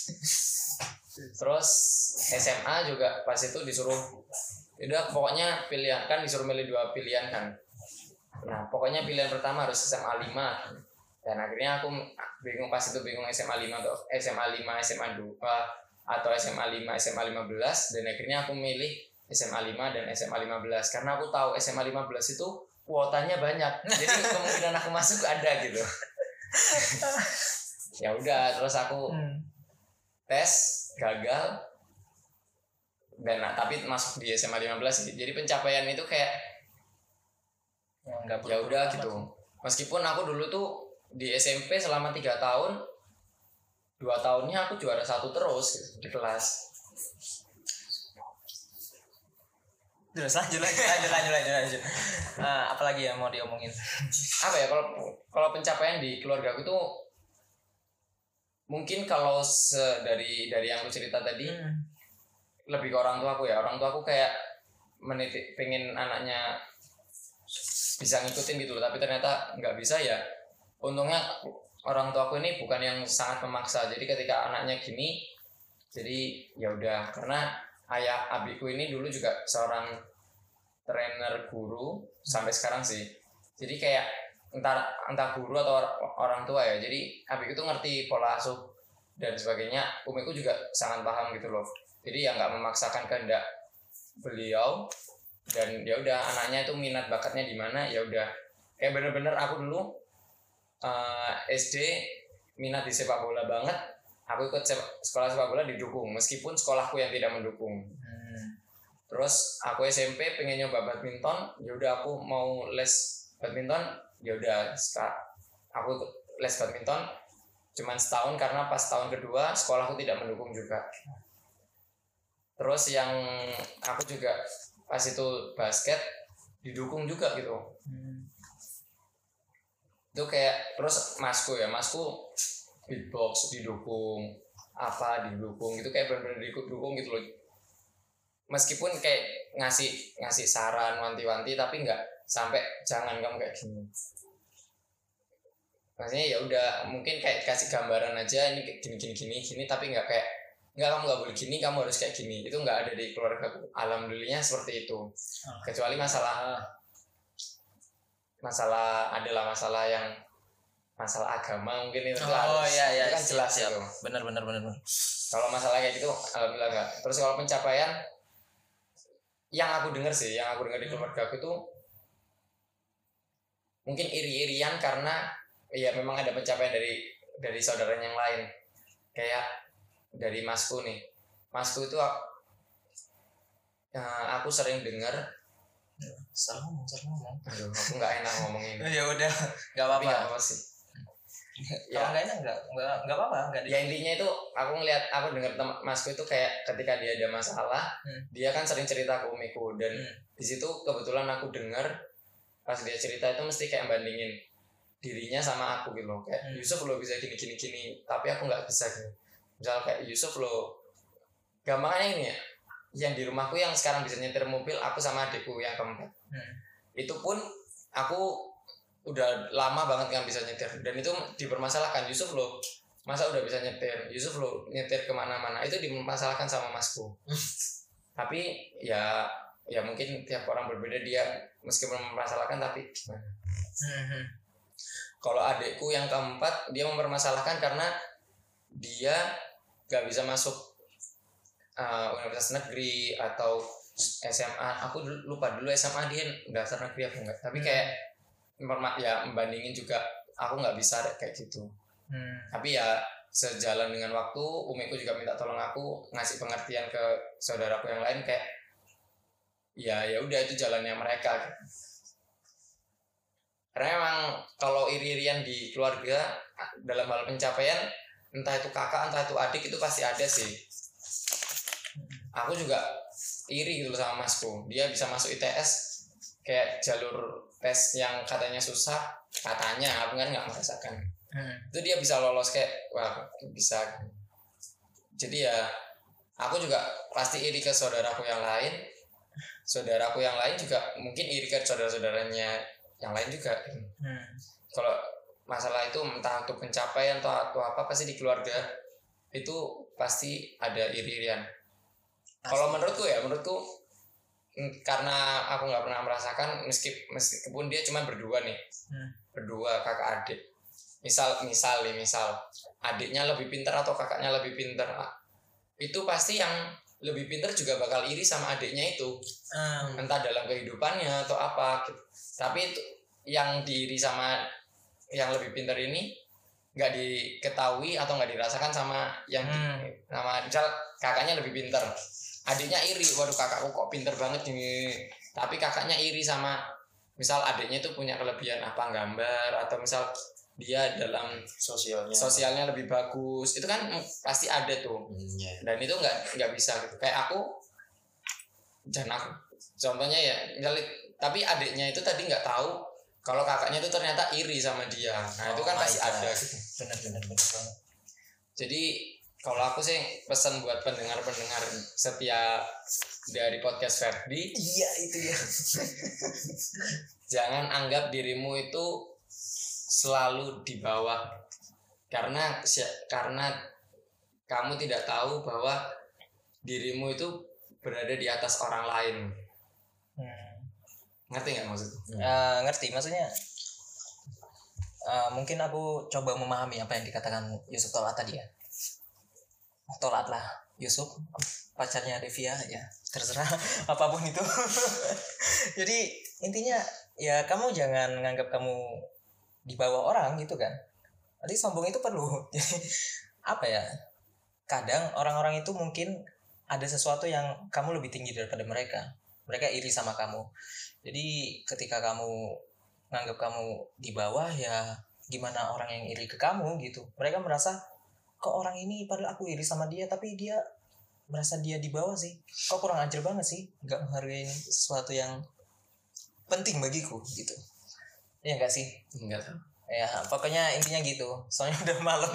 Terus SMA juga pas itu disuruh, udah pokoknya pilihan kan, disuruh milih 2 pilihan kan. Nah pokoknya pilihan pertama harus SMA 5. Dan akhirnya aku bingung pas itu, SMA 5 atau SMA 5 SMA 2 atau SMA 5 SMA 15. Dan akhirnya aku milih SMA 5 dan SMA 15 karena aku tahu SMA 15 itu kuotanya banyak, jadi kemungkinan aku masuk ada gitu. Ya udah, terus aku tes gagal dan tapi masuk di SMA 15. Jadi pencapaian itu kayak ya udah gitu. Meskipun aku dulu tuh di SMP selama 3 tahun, 2 tahunnya aku juara 1 terus gitu, di kelas. Terus lanjut. Apalagi yang mau diomongin? Apa ya, kalau pencapaian di keluarga aku tuh mungkin kalau dari yang aku cerita tadi, lebih ke orang tua aku ya. Orang tua aku kayak pengen anaknya bisa ngikutin gitu loh, tapi ternyata nggak bisa ya. Untungnya orang tua aku ini bukan yang sangat memaksa. Jadi ketika anaknya gini, jadi ya udah. Karena ayah abiku ini dulu juga seorang trainer guru sampai sekarang sih. Jadi kayak entah guru atau orang tua ya. Jadi abiku tuh ngerti pola asuh dan sebagainya. Umiku juga sangat paham gitu loh. Jadi ya nggak memaksakan kehendak beliau. Dan ya udah, anaknya itu minat bakatnya di mana ya udah. Kayak bener-bener aku dulu SD minat di sepak bola banget. Aku ikut sekolah sepak bola didukung, meskipun sekolahku yang tidak mendukung. Terus aku SMP pengen nyoba badminton, ya udah aku mau les badminton, ya udah aku ikut les badminton cuman setahun karena pas tahun kedua sekolahku tidak mendukung juga. Terus yang aku juga pas itu basket didukung juga gitu. Itu kayak terus masku beatbox didukung, apa didukung gitu, kayak benar-benar didukung gitu loh. Meskipun kayak ngasih saran wanti-wanti, tapi nggak sampai jangan kamu kayak gini. Maksudnya ya udah, mungkin kayak kasih gambaran aja ini gini, tapi nggak kayak kamu nggak boleh gini, kamu harus kayak gini. Itu nggak ada di keluarga aku. Alhamdulillahnya seperti itu. Kecuali masalah agama mungkin itu harus. Iya, itu kan jelas siap. itu. Benar. Kalau masalah kayak gitu alhamdulillah enggak. Terus kalau pencapaian yang aku dengar di keluarga aku itu mungkin iri-irian karena ya memang ada pencapaian dari saudaranya yang lain. Kayak dari masku nih. Masku itu aku sering dengar. Salah ngomong. Aduh, aku nggak enak ngomongin. Ya udah, nggak Tapi nggak apa-apa. apa sih. Kalau nggak enak nggak apa-apa, nggak ada. Ya intinya itu aku dengar masku itu kayak ketika dia ada masalah, dia kan sering cerita ke umiku dan di situ kebetulan aku dengar pas dia cerita itu mesti kayak bandingin dirinya sama aku gitu loh. Kayak Yusuf lo bisa gini, tapi aku nggak bisa gitu. Misal kayak Yusuf lo, gampangnya ini ya, yang di rumahku yang sekarang bisa nyetir mobil aku sama adikku yang keempat. Itu pun aku udah lama banget kan bisa nyetir dan itu dipermasalahkan, Yusuf lo masa udah bisa nyetir, Yusuf lo nyetir kemana-mana, itu dipermasalahkan sama masku. Tapi ya mungkin tiap orang berbeda, dia meskipun mempermasalahkan tapi gimana. Kalau adikku yang keempat dia mempermasalahkan karena dia gak bisa masuk universitas negeri atau SMA. Aku lupa dulu SMA dia dasar negeri apa enggak, tapi kayak ya membandingin juga aku nggak bisa kayak gitu. Tapi ya sejalan dengan waktu umiku juga minta tolong aku ngasih pengertian ke saudaraku yang lain kayak ya udah itu jalannya mereka. Karena emang kalau iri-irian di keluarga dalam hal pencapaian, entah itu kakak entah itu adik, itu pasti ada sih. Aku juga iri gitu sama masku, dia bisa masuk ITS kayak jalur tes yang katanya susah, katanya aku kan nggak merasakan. Itu dia bisa lolos kayak wah bisa. Jadi ya aku juga pasti iri ke saudaraku yang lain juga mungkin iri ke saudara-saudaranya yang lain juga. Kalau masalah itu entah untuk pencapaian atau apa, pasti di keluarga itu pasti ada iri-irian. Kalau menurutku karena aku nggak pernah merasakan, meskipun dia cuma berdua nih, berdua kakak adik. Misal adiknya lebih pintar atau kakaknya lebih pintar, itu pasti yang lebih pintar juga bakal iri sama adiknya itu, entah dalam kehidupannya atau apa gitu. Tapi itu yang diiri sama yang lebih pintar ini nggak diketahui atau nggak dirasakan sama yang sama misal kakaknya lebih pintar, adiknya iri, waduh kakakku kok pinter banget nih. Tapi kakaknya iri sama misal adiknya itu punya kelebihan apa, gambar, atau misal dia dalam sosialnya lebih bagus, itu kan pasti ada tuh. Dan itu nggak bisa gitu. Kayak aku contohnya ya, tapi adiknya itu tadi nggak tahu kalau kakaknya itu ternyata iri sama dia. Nah itu kan pasti ada gitu. Benar banget. Jadi kalau aku sih pesan buat pendengar setia dari podcast Ferdi, iya itu ya. Jangan anggap dirimu itu selalu di bawah, karena kamu tidak tahu bahwa dirimu itu berada di atas orang lain. Ngerti nggak maksudnya? Ngerti maksudnya. Mungkin aku coba memahami apa yang dikatakan Yusuf Tolat tadi ya. Tolat lah Yusuf, pacarnya Devia ya, terserah apapun itu. Jadi intinya ya kamu jangan nganggap kamu di bawah orang gitu kan. Nanti sombong itu perlu. Apa ya, kadang orang-orang itu mungkin ada sesuatu yang kamu lebih tinggi daripada mereka iri sama kamu. Jadi ketika kamu nganggap kamu di bawah, ya gimana orang yang iri ke kamu gitu. Mereka merasa kok orang ini padahal aku iri sama dia, tapi dia merasa dia di bawah sih, kok kurang ajar banget sih, nggak menghargai sesuatu yang penting bagiku gitu. Ya nggak sih? Enggak tahu. Ya pokoknya intinya gitu, soalnya udah malam.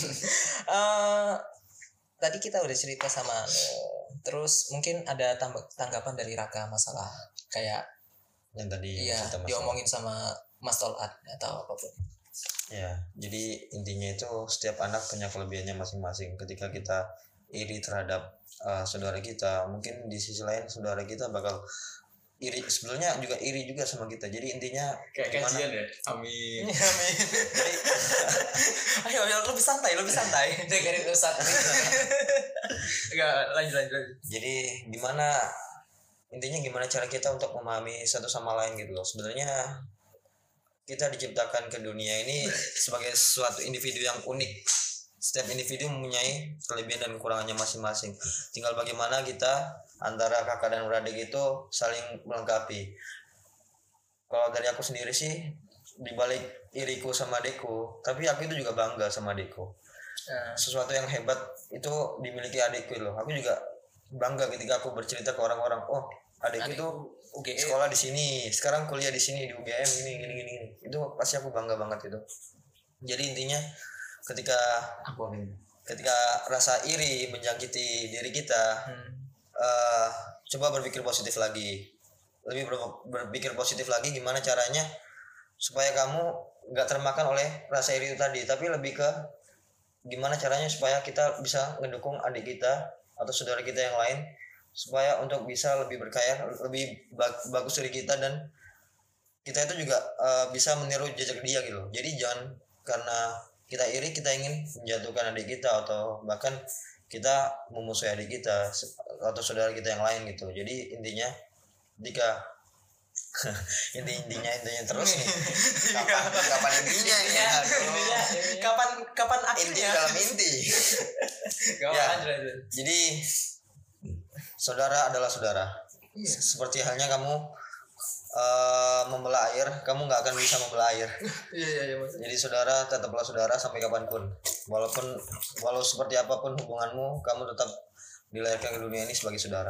Tadi kita udah cerita sama terus mungkin ada tanggapan dari Raka masalah kayak yang tadi ya diomongin sama Mas Tolat atau apapun. Ya, jadi intinya itu setiap anak punya kelebihannya masing-masing. Ketika kita iri terhadap saudara kita, mungkin di sisi lain saudara kita bakal iri, sebenarnya juga iri juga sama kita. Jadi intinya kayak kajian ya. Amin. Amin. Ayo lebih santai. Dengerin Ustaz. Enggak, lanjut. Jadi intinya gimana cara kita untuk memahami satu sama lain gitu loh. Sebenarnya kita diciptakan ke dunia ini sebagai suatu individu yang unik. setiap individu mempunyai kelebihan dan kekurangannya masing-masing. Tinggal bagaimana kita antara kakak dan beradik itu saling melengkapi. Kalau dari aku sendiri sih, dibalik iriku sama adikku, tapi aku itu juga bangga sama adikku. Sesuatu yang hebat itu dimiliki adikku loh. Aku juga bangga ketika aku bercerita ke orang-orang, oh adikku itu sekolah di sini, sekarang kuliah di sini di UGM gini. Itu pasti aku bangga banget itu. Jadi intinya ketika rasa iri menjangkiti diri kita, coba berpikir positif lagi. Lebih berpikir positif lagi gimana caranya supaya kamu nggak termakan oleh rasa iri itu tadi, tapi lebih ke gimana caranya supaya kita bisa ngedukung adik kita atau saudara kita yang lain supaya untuk bisa lebih berkaya, lebih bagus dari kita, dan kita itu juga bisa meniru jejak dia gitu. Jadi jangan karena kita iri kita ingin menjatuhkan adik kita atau bahkan kita memusuhi adik kita atau saudara kita yang lain gitu. Jadi intinya jika intinya terus nih kapan intinya ini kapan akhirnya inti dalam inti ya. Jadi saudara adalah saudara. Seperti halnya kamu membelah air, kamu nggak akan bisa membelah air. Iya. Jadi saudara tetaplah saudara sampai kapanpun. Walau seperti apapun hubunganmu, kamu tetap dilahirkan ke dunia ini sebagai saudara.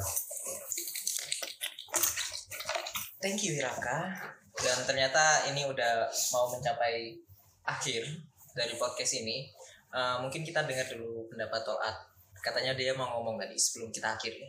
Thank you Raka. Dan ternyata ini udah mau mencapai akhir dari podcast ini. Mungkin kita dengar dulu pendapat Tolat. Katanya dia mau ngomong tadi sebelum kita akhiri.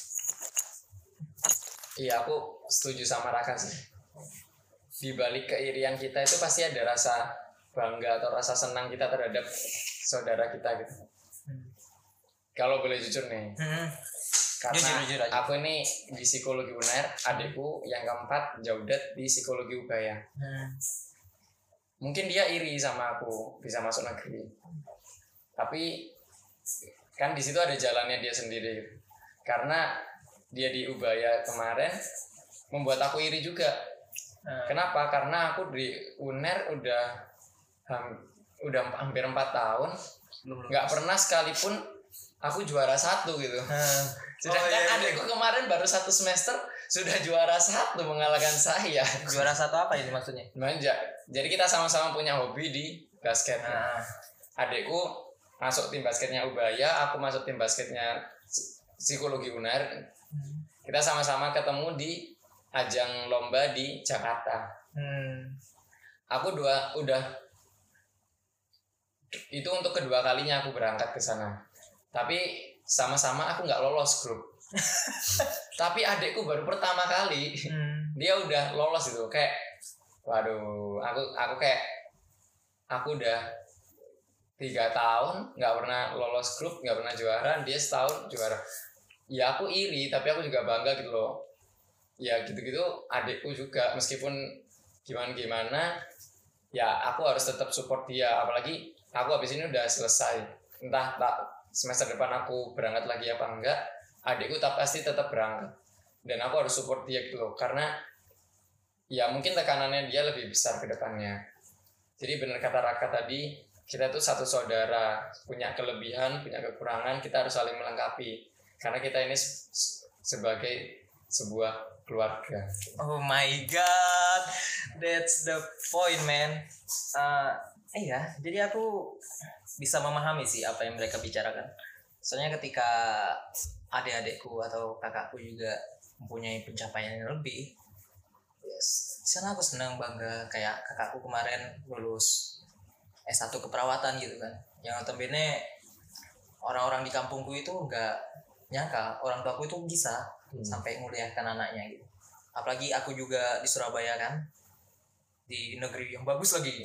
Iya, aku setuju sama Raka sih. Di balik keirian kita itu pasti ada rasa bangga atau rasa senang kita terhadap saudara kita gitu. Kalau boleh jujur nih. Karena jujur aja. Aku ini di psikologi UNER, adikku yang keempat Jaudat di psikologi Ubaya. Mungkin dia iri sama aku bisa masuk negeri. Tapi kan di situ ada jalannya dia sendiri. Karena dia di Ubaya kemarin membuat aku iri juga. Kenapa? Karena aku di UNER udah hampir 4 tahun, nggak pernah sekalipun aku juara 1 gitu. Sedangkan adikku kemarin baru 1 semester sudah juara 1 mengalahkan saya. Juara 1 apa ini maksudnya? Manja. Jadi kita sama-sama punya hobi di basket. Adikku masuk tim basketnya Ubaya, aku masuk tim basketnya psikologi UNER. Kita sama-sama ketemu di ajang lomba di Jakarta. Aku udah itu untuk kedua kalinya aku berangkat ke sana. Tapi sama-sama aku nggak lolos grup. Tapi adikku baru pertama kali dia udah lolos itu. Kayak waduh, aku udah 3 tahun nggak pernah lolos grup, nggak pernah juara, dia setahun juara. Ya aku iri, tapi aku juga bangga gitu loh. Ya gitu-gitu adikku juga, meskipun gimana ya aku harus tetap support dia. Apalagi aku habis ini udah selesai, entah semester depan aku berangkat lagi apa enggak, adikku pasti tetap berangkat dan aku harus support dia gitu loh. Karena ya mungkin tekanannya dia lebih besar ke depannya. Jadi benar kata Raka tadi, kita tuh satu saudara, punya kelebihan, punya kekurangan, kita harus saling melengkapi. Karena kita ini sebagai sebuah keluarga. Oh my god, that's the point man. Iya, jadi aku bisa memahami sih apa yang mereka bicarakan. Soalnya ketika adik-adikku atau kakakku juga mempunyai pencapaian yang lebih, yes, di sana aku senang bangga. Kayak kakakku kemarin lulus S1 keperawatan gitu kan. Yang notabene orang-orang di kampungku itu nggak nyangka orang tuaku itu bisa sampai nguliahkan anaknya gitu. Apalagi aku juga di Surabaya kan, di negeri yang bagus lagi.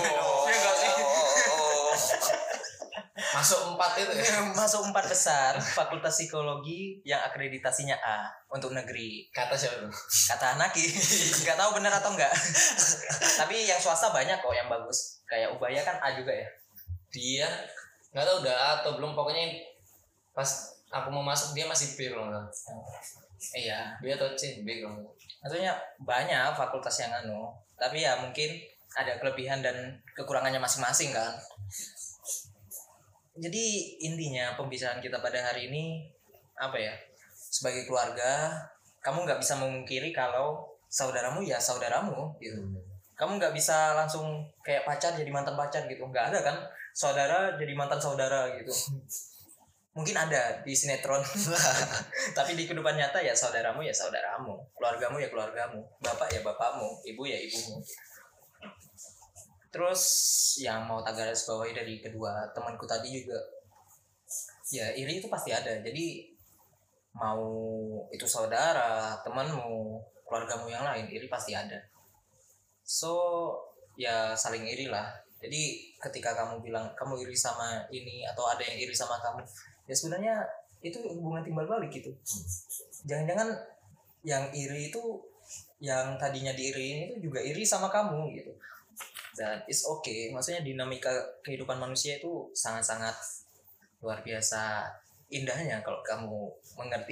Masuk 4 itu ya. Masuk 4 besar fakultas psikologi yang akreditasinya A untuk negeri. Kata siapa tuh? Kata Anaki. Gak tahu benar atau enggak. Tapi yang swasta banyak kok yang bagus. Kayak Ubaya kan A juga ya. Dia nggak tahu udah A atau belum, pokoknya pas aku mau masuk dia masih B loh kan. Iya. B atau C? B loh. Maksudnya banyak fakultas yang tapi ya mungkin ada kelebihan dan kekurangannya masing-masing kan. jadi intinya pembicaraan kita pada hari ini apa ya? Sebagai keluarga, kamu nggak bisa memungkiri kalau saudaramu ya saudaramu gitu. Kamu nggak bisa langsung kayak pacar jadi mantan pacar gitu. Nggak ada kan saudara jadi mantan saudara gitu. Mungkin ada di sinetron. Tapi di kehidupan nyata ya saudaramu, keluargamu ya keluargamu, bapak ya bapakmu, ibu ya ibumu. Terus yang mau tak garis bawahi dari kedua temanku tadi juga, ya iri itu pasti ada. Jadi mau itu saudara, temanmu, keluargamu yang lain, iri pasti ada. So ya saling iri lah. Jadi ketika kamu bilang kamu iri sama ini atau ada yang iri sama kamu, ya sebenarnya itu hubungan timbal balik gitu. Jangan-jangan yang iri itu, yang tadinya diiriin itu juga iri sama kamu gitu. Dan it's okay, maksudnya dinamika kehidupan manusia itu sangat-sangat luar biasa indahnya kalau kamu mengerti.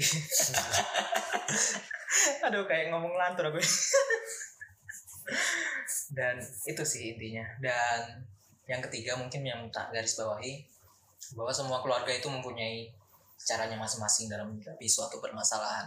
Aduh, kayak ngomong lantur aku. Dan itu sih intinya. Dan yang ketiga mungkin yang tak garis bawahi, bahwa semua keluarga itu mempunyai caranya masing-masing dalam menyikapi suatu permasalahan.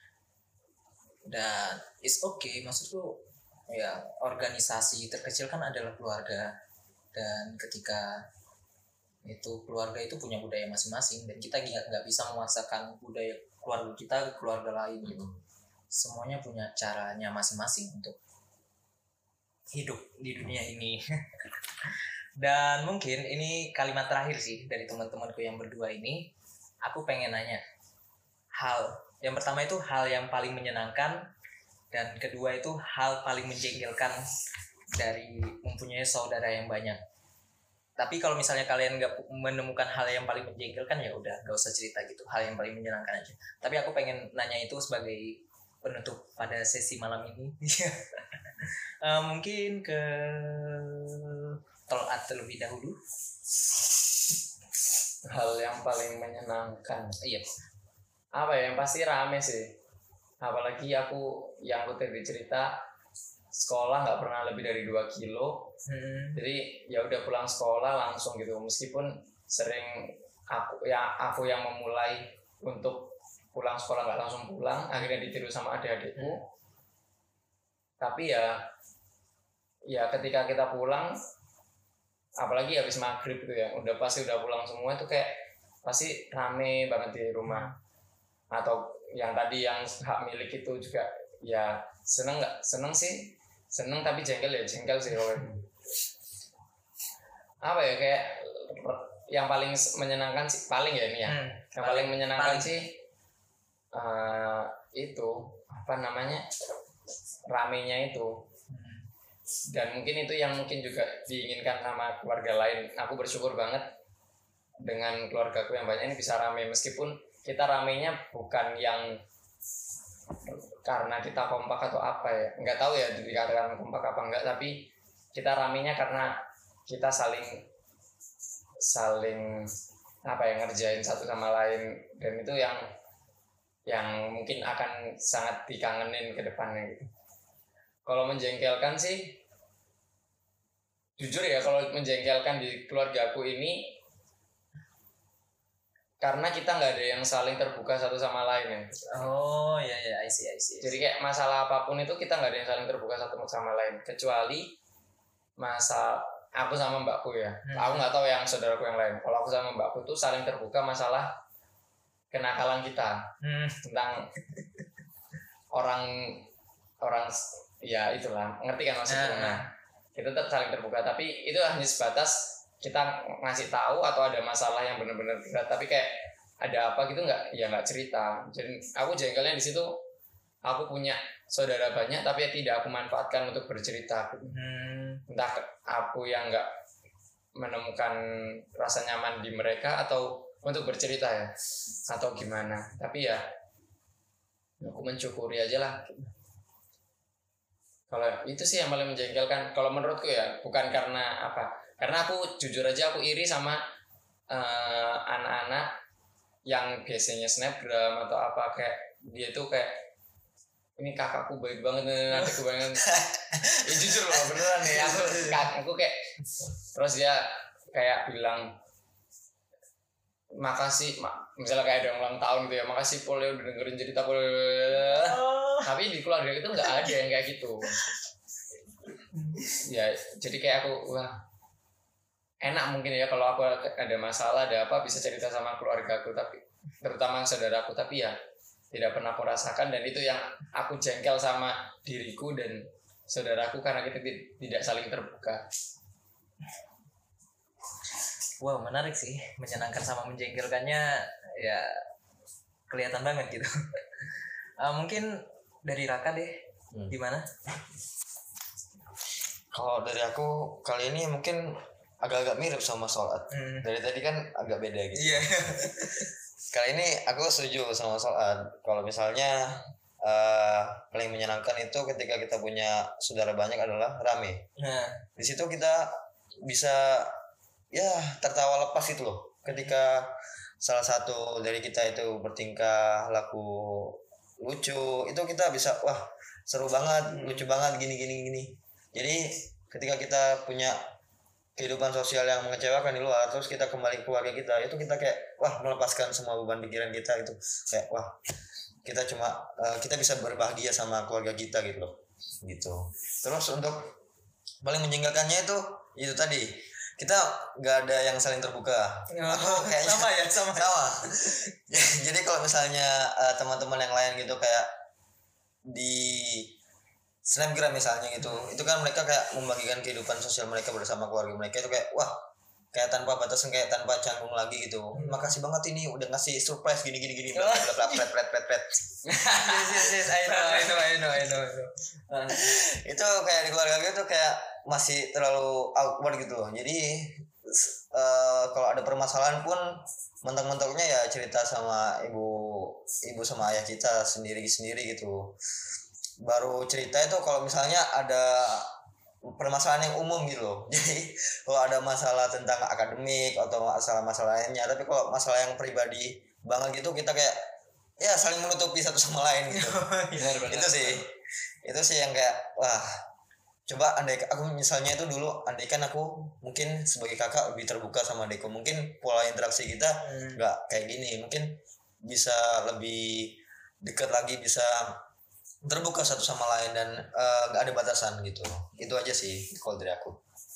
Dan it's okay, maksudku ya organisasi terkecil kan adalah keluarga, dan ketika itu keluarga itu punya budaya masing-masing dan kita nggak bisa memaksakan budaya keluarga kita ke keluarga lain gitu. Semuanya punya caranya masing-masing untuk hidup di dunia ini. Dan mungkin ini kalimat terakhir sih dari teman-temanku yang berdua ini. Aku pengen nanya hal yang pertama itu hal yang paling menyenangkan, dan kedua itu hal paling menjengkelkan dari mempunyai saudara yang banyak. Tapi kalau misalnya kalian nggak menemukan hal yang paling menjengkelkan, ya udah nggak usah cerita gitu, hal yang paling menyenangkan aja. Tapi aku pengen nanya itu sebagai penutup pada sesi malam ini. Mungkin ke Tol'at terlebih dahulu. Hal yang paling menyenangkan, Iya. apa ya, yang pasti rame sih. Apalagi aku tadi cerita sekolah nggak pernah lebih dari 2 kilo. Jadi ya udah pulang sekolah langsung gitu, meskipun sering aku yang memulai untuk pulang sekolah nggak langsung pulang, akhirnya ditiru sama adik-adikku. Tapi ya ketika kita pulang, apalagi habis maghrib gitu ya, udah pasti udah pulang semua, itu kayak pasti rame banget di rumah. Atau yang tadi yang hak milik itu juga ya seneng sih, tapi jengkel sih. Apa ya, kayak yang paling menyenangkan sih, paling ya ini ya, yang paling menyenangkan sih itu apa namanya, ramenya itu. Dan mungkin itu yang mungkin juga diinginkan sama keluarga lain. Aku bersyukur banget dengan keluargaku yang banyak ini bisa rame, meskipun kita ramenya bukan yang karena kita kompak atau apa ya, nggak tahu ya dikatakan kompak apa enggak, tapi kita ramenya karena kita saling apa ya, ngerjain satu sama lain, dan itu yang mungkin akan sangat dikangenin ke depannya gitu. Kalau menjengkelkan sih, jujur ya, kalau menjengkelkan di keluargaku ini karena kita nggak ada yang saling terbuka satu sama lain ya. Oh ya, I see. Jadi kayak masalah apapun itu kita nggak ada yang saling terbuka satu sama lain, kecuali aku sama mbakku ya. Aku nggak tahu yang saudaraku yang lain. Kalau aku sama mbakku tuh saling terbuka masalah kenakalan kita, tentang orang ya itulah, ngerti kan maksudnya. Nah, kita tetap saling terbuka, tapi itu hanya sebatas kita ngasih tahu atau ada masalah yang benar-benar berat, tapi kayak ada apa gitu nggak cerita. Jadi aku jengkelnya di situ, aku punya saudara banyak tapi tidak aku manfaatkan untuk bercerita. Entah aku yang nggak menemukan rasa nyaman di mereka atau untuk bercerita ya, atau gimana. Tapi ya aku mensyukuri aja lah. Kalau itu sih yang paling menjengkelkan kalau menurutku ya, bukan karena apa, karena aku jujur aja aku iri sama anak-anak yang biasanya snapgram atau apa, kayak dia tuh kayak ini kakakku baik banget, adikku banget. Ya jujur loh, beneran nih, aku kayak terus dia kayak bilang makasih misalnya kayak ada yang ulang tahun gitu ya, makasih Pol ya udah dengerin cerita Pol. Tapi di keluarga itu nggak ada yang kayak gitu. Ya jadi kayak aku wah enak mungkin ya kalau aku ada masalah ada apa bisa cerita sama keluargaku, tapi terutama saudaraku, tapi ya tidak pernah aku rasakan, dan itu yang aku jengkel sama diriku dan saudaraku karena kita tidak saling terbuka. Wow, menarik sih, menyenangkan sama menjengkelkannya ya kelihatan banget gitu. Mungkin dari Raka deh, gimana? Kalau dari aku kali ini mungkin agak-agak mirip sama Solat. Dari tadi kan agak beda gitu. Iya. Kali ini aku setuju sama Solat. Kalau misalnya paling menyenangkan itu ketika kita punya saudara banyak adalah rame. Nah, di situ kita bisa ya tertawa lepas itu loh. Ketika salah satu dari kita itu bertingkah laku lucu, itu kita bisa wah seru banget, lucu banget gini. Jadi ketika kita punya kehidupan sosial yang mengecewakan di luar, terus kita kembali ke keluarga kita, itu kita kayak wah melepaskan semua beban pikiran kita, itu kayak wah kita cuma kita bisa berbahagia sama keluarga kita gitu loh, gitu. Terus untuk paling menjengkelkannya itu tadi kita nggak ada yang saling terbuka. Aku kayaknya sama. Jadi kalau misalnya teman-teman yang lain gitu kayak di Snapgram misalnya gitu, itu kan mereka kayak membagikan kehidupan sosial mereka bersama keluarga mereka, itu kayak wah kayak tanpa batasan, kayak tanpa canggung lagi gitu. Makasih banget ini udah ngasih surprise gini pret. Yes, I know. Itu kayak di keluarga gue tuh kayak masih terlalu awkward gitu loh. Jadi kalau ada permasalahan pun mentok-mentoknya ya cerita sama ibu sama ayah kita sendiri gitu. Baru cerita itu kalau misalnya ada permasalahan yang umum gitu loh. Jadi kalau ada masalah tentang akademik atau masalah lainnya, tapi kalau masalah yang pribadi banget gitu kita kayak ya saling menutupi satu sama lain gitu. Itu sih yang kayak wah, coba andai aku misalnya itu dulu, andaikan aku mungkin sebagai kakak lebih terbuka sama adikku, mungkin pola interaksi kita nggak kayak gini, mungkin bisa lebih dekat lagi, bisa terbuka satu sama lain, dan nggak ada batasan gitu. Itu aja sih kalau dari aku.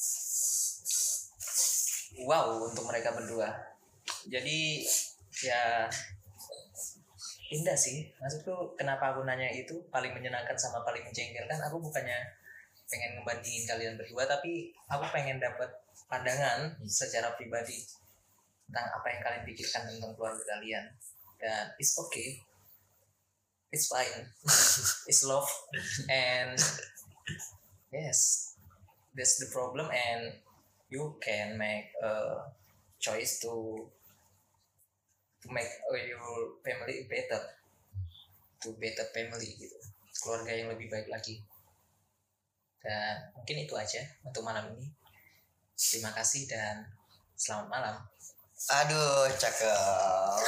Wow, untuk mereka berdua. Jadi ya indah sih. Maksudku kenapa aku nanya itu paling menyenangkan sama paling menjengkelkan, aku bukannya pengen ngebandingin kalian berdua, tapi aku pengen dapat pandangan secara pribadi tentang apa yang kalian pikirkan tentang keluarga kalian. Dan it's okay, it's fine, it's love, and yes, that's the problem, and you can make a choice to make your family better, to better family gitu, keluarga yang lebih baik lagi. Dan mungkin itu aja untuk malam ini. Terima kasih dan selamat malam. Aduh, cakep.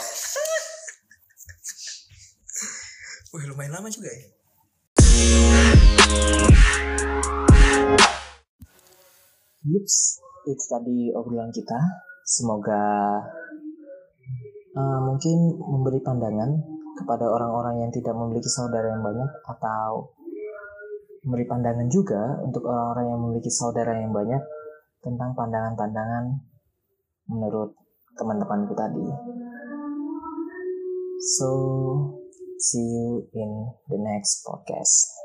Wih, lumayan lama juga ya. Yups, itu tadi obrolan kita. Semoga mungkin memberi pandangan kepada orang-orang yang tidak memiliki saudara yang banyak, atau memberi pandangan juga untuk orang-orang yang memiliki saudara yang banyak tentang pandangan-pandangan menurut teman-temanku tadi. So, see you in the next podcast.